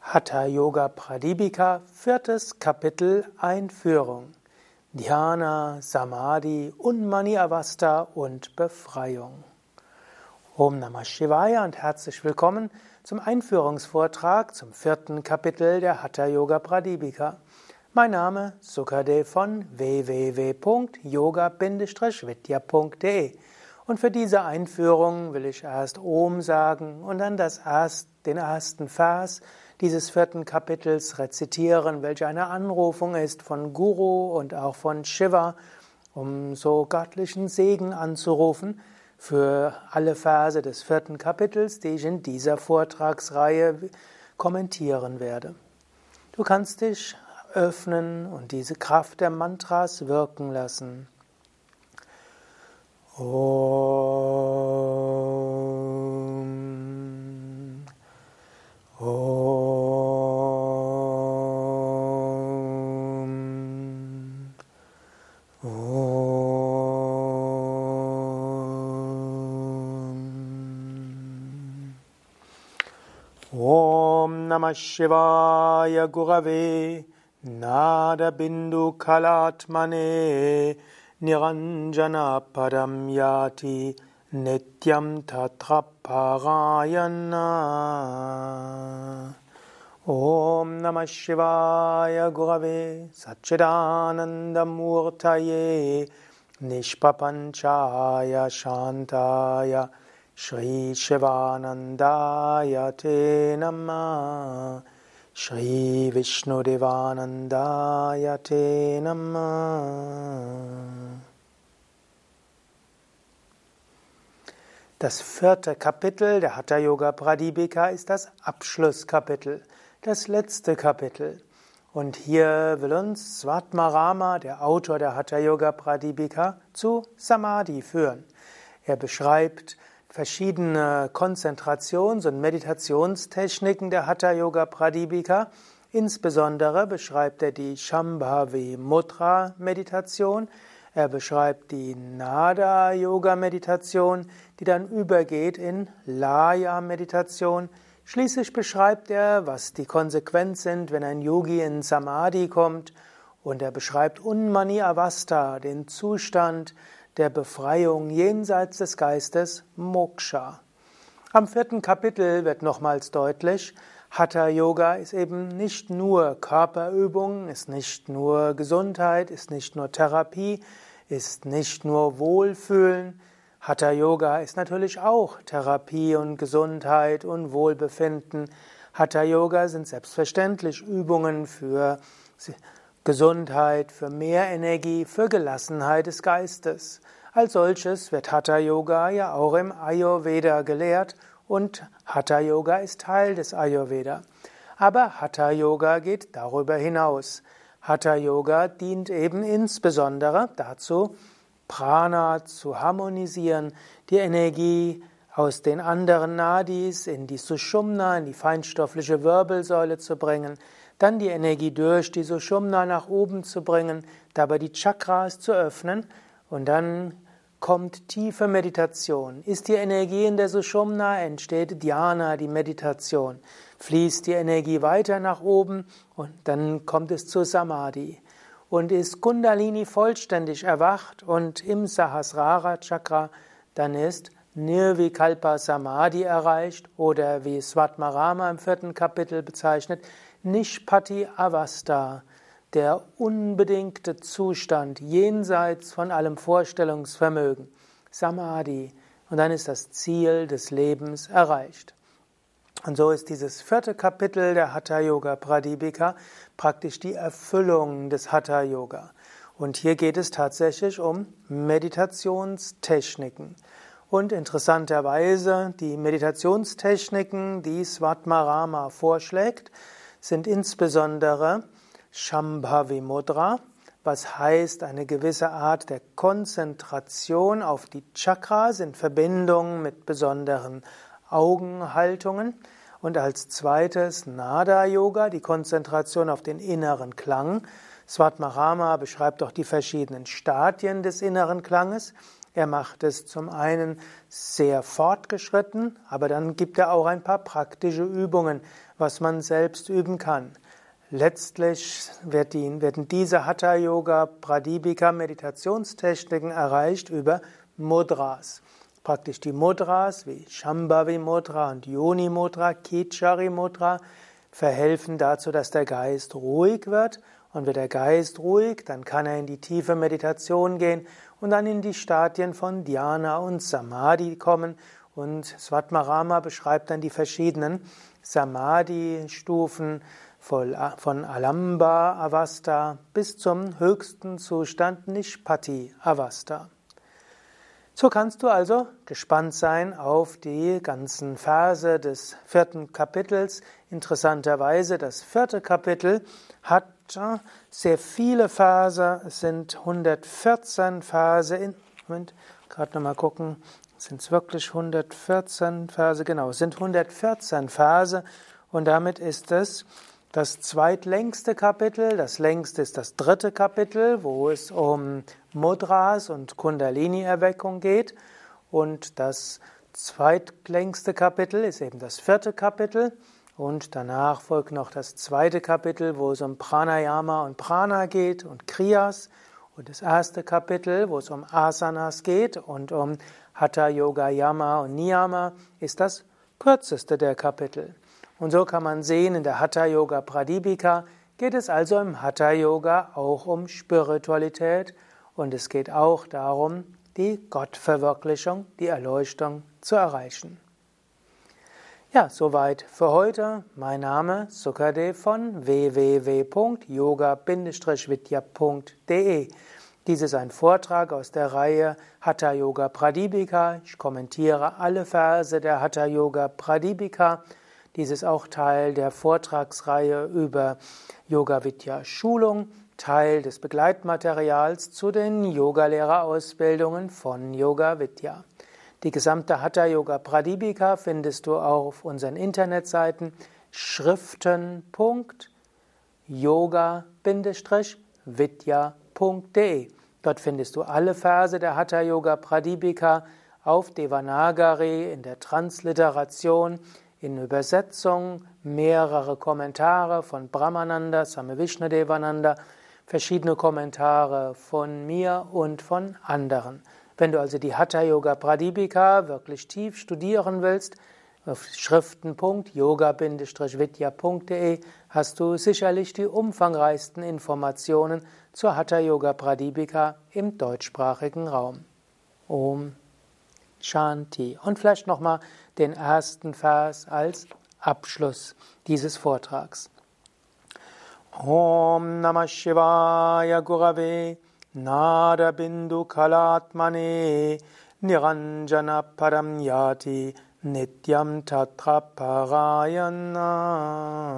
Hatha Yoga Pradipika, 4. Kapitel, Einführung. Dhyana, Samadhi, Unmani Avastha und Befreiung. Om Namah Shivaya und herzlich willkommen zum Einführungsvortrag zum 4. Kapitel der Hatha Yoga Pradipika. Mein Name Sukadev von www.yoga-vidya.de und für diese Einführung will ich erst Om sagen und dann den ersten Vers dieses 4. Kapitels rezitieren, welcher eine Anrufung ist von Guru und auch von Shiva, um so göttlichen Segen anzurufen für alle Verse des 4. Kapitels, die ich in dieser Vortragsreihe kommentieren werde. Du kannst dich öffnen und diese Kraft der Mantras wirken lassen. Om. Om. Om. Om Namah Shivaya Gurave Nada Bindu Kalatmane Niranjana Padam Yati Nityam Tatra Parayana. Om Namah Shivaya Gurave Satchidananda Murtaye Nishpapanchaya Shantaya Shri Shivanandaya Te Namah Shri Vishnudevanandaya Te Namah. Das 4. Kapitel der Hatha Yoga Pradipika ist das Abschlusskapitel, das letzte Kapitel. Und hier will uns Svatmarama, der Autor der Hatha Yoga Pradipika, zu Samadhi führen. Er beschreibt verschiedene Konzentrations- und Meditationstechniken der Hatha Yoga Pradipika. Insbesondere beschreibt er die Shambhavi Mudra Meditation. Er beschreibt die Nada Yoga Meditation, die dann übergeht in Laya Meditation. Schließlich beschreibt er, was die Konsequenzen sind, wenn ein Yogi in Samadhi kommt. Und er beschreibt Unmani Avastha, den Zustand der Befreiung jenseits des Geistes, Moksha. Am 4. Kapitel wird nochmals deutlich, Hatha Yoga ist eben nicht nur Körperübung, ist nicht nur Gesundheit, ist nicht nur Therapie, ist nicht nur Wohlfühlen. Hatha Yoga ist natürlich auch Therapie und Gesundheit und Wohlbefinden. Hatha Yoga sind selbstverständlich Übungen für Gesundheit, für mehr Energie, für Gelassenheit des Geistes. Als solches wird Hatha Yoga ja auch im Ayurveda gelehrt und Hatha Yoga ist Teil des Ayurveda. Aber Hatha Yoga geht darüber hinaus. Hatha Yoga dient eben insbesondere dazu, Prana zu harmonisieren, die Energie aus den anderen Nadis in die Sushumna, in die feinstoffliche Wirbelsäule zu bringen, dann die Energie durch die Sushumna nach oben zu bringen, dabei die Chakras zu öffnen und dann kommt tiefe Meditation. Ist die Energie in der Sushumna, entsteht Dhyana, die Meditation. Fließt die Energie weiter nach oben und dann kommt es zu Samadhi. Und ist Kundalini vollständig erwacht und im Sahasrara Chakra, dann ist Nirvikalpa Samadhi erreicht oder wie Svatmarama im 4. Kapitel bezeichnet, Nishpati Avastha, der unbedingte Zustand jenseits von allem Vorstellungsvermögen, Samadhi, und dann ist das Ziel des Lebens erreicht. Und so ist dieses 4. Kapitel der Hatha Yoga Pradipika praktisch die Erfüllung des Hatha Yoga. Und hier geht es tatsächlich um Meditationstechniken. Und interessanterweise, die Meditationstechniken, die Svatmarama vorschlägt, sind insbesondere Shambhavi Mudra, was heißt eine gewisse Art der Konzentration auf die Chakras in Verbindung mit besonderen Augenhaltungen. Und als zweites Nada Yoga, die Konzentration auf den inneren Klang. Svatmarama beschreibt auch die verschiedenen Stadien des inneren Klanges. Er macht es zum einen sehr fortgeschritten, aber dann gibt er auch ein paar praktische Übungen, was man selbst üben kann. Letztlich werden diese Hatha Yoga Pradipika Meditationstechniken erreicht über Mudras. Praktisch die Mudras wie Shambhavi Mudra und Yoni Mudra, Khichari Mudra verhelfen dazu, dass der Geist ruhig wird. Und wird der Geist ruhig, dann kann er in die tiefe Meditation gehen und dann in die Stadien von Dhyana und Samadhi kommen. Und Svatmarama beschreibt dann die verschiedenen Samadhi-Stufen von Alamba Avastha bis zum höchsten Zustand Nishpati Avastha. So kannst du also gespannt sein auf die ganzen Verse des 4. Kapitels. Interessanterweise, das 4. Kapitel hat sehr viele Verse. Es sind 114 Verse. Moment, gerade nochmal gucken. Sind es wirklich 114 Verse? Genau, es sind 114 Verse. Und damit ist es das zweitlängste Kapitel. Das längste ist das 3. Kapitel, wo es um Mudras und Kundalini-Erweckung geht. Und das zweitlängste Kapitel ist eben das 4. Kapitel. Und danach folgt noch das 2. Kapitel, wo es um Pranayama und Prana geht und Kriyas. Und das 1. Kapitel, wo es um Asanas geht und um Hatha Yoga, Yama und Niyama, ist das kürzeste der Kapitel. Und so kann man sehen, in der Hatha Yoga Pradipika geht es also im Hatha Yoga auch um Spiritualität und es geht auch darum, die Gottverwirklichung, die Erleuchtung zu erreichen. Ja, soweit für heute. Mein Name Sukadev von www.yoga-vidya.de. Dies ist ein Vortrag aus der Reihe Hatha Yoga Pradipika. Ich kommentiere alle Verse der Hatha Yoga Pradipika. Dies ist auch Teil der Vortragsreihe über Yoga Vidya Schulung, Teil des Begleitmaterials zu den Yogalehrerausbildungen von Yoga Vidya. Die gesamte Hatha Yoga Pradipika findest du auch auf unseren Internetseiten schriften.yoga-vidya.de. Dort findest du alle Verse der Hatha Yoga Pradipika auf Devanagari in der Transliteration, in Übersetzung, mehrere Kommentare von Brahmananda, Swami Vishnadevananda, verschiedene Kommentare von mir und von anderen. Wenn du also die Hatha Yoga Pradipika wirklich tief studieren willst, auf schriften.yoga-vidya.de hast du sicherlich die umfangreichsten Informationen zur Hatha Yoga Pradipika im deutschsprachigen Raum. Om Shanti. Und vielleicht nochmal den ersten Vers als Abschluss dieses Vortrags. Om Namah Shivaya Gurave Nada Bindu Kalatmane Niranjana Param Yati Nityam Tatra Parayana.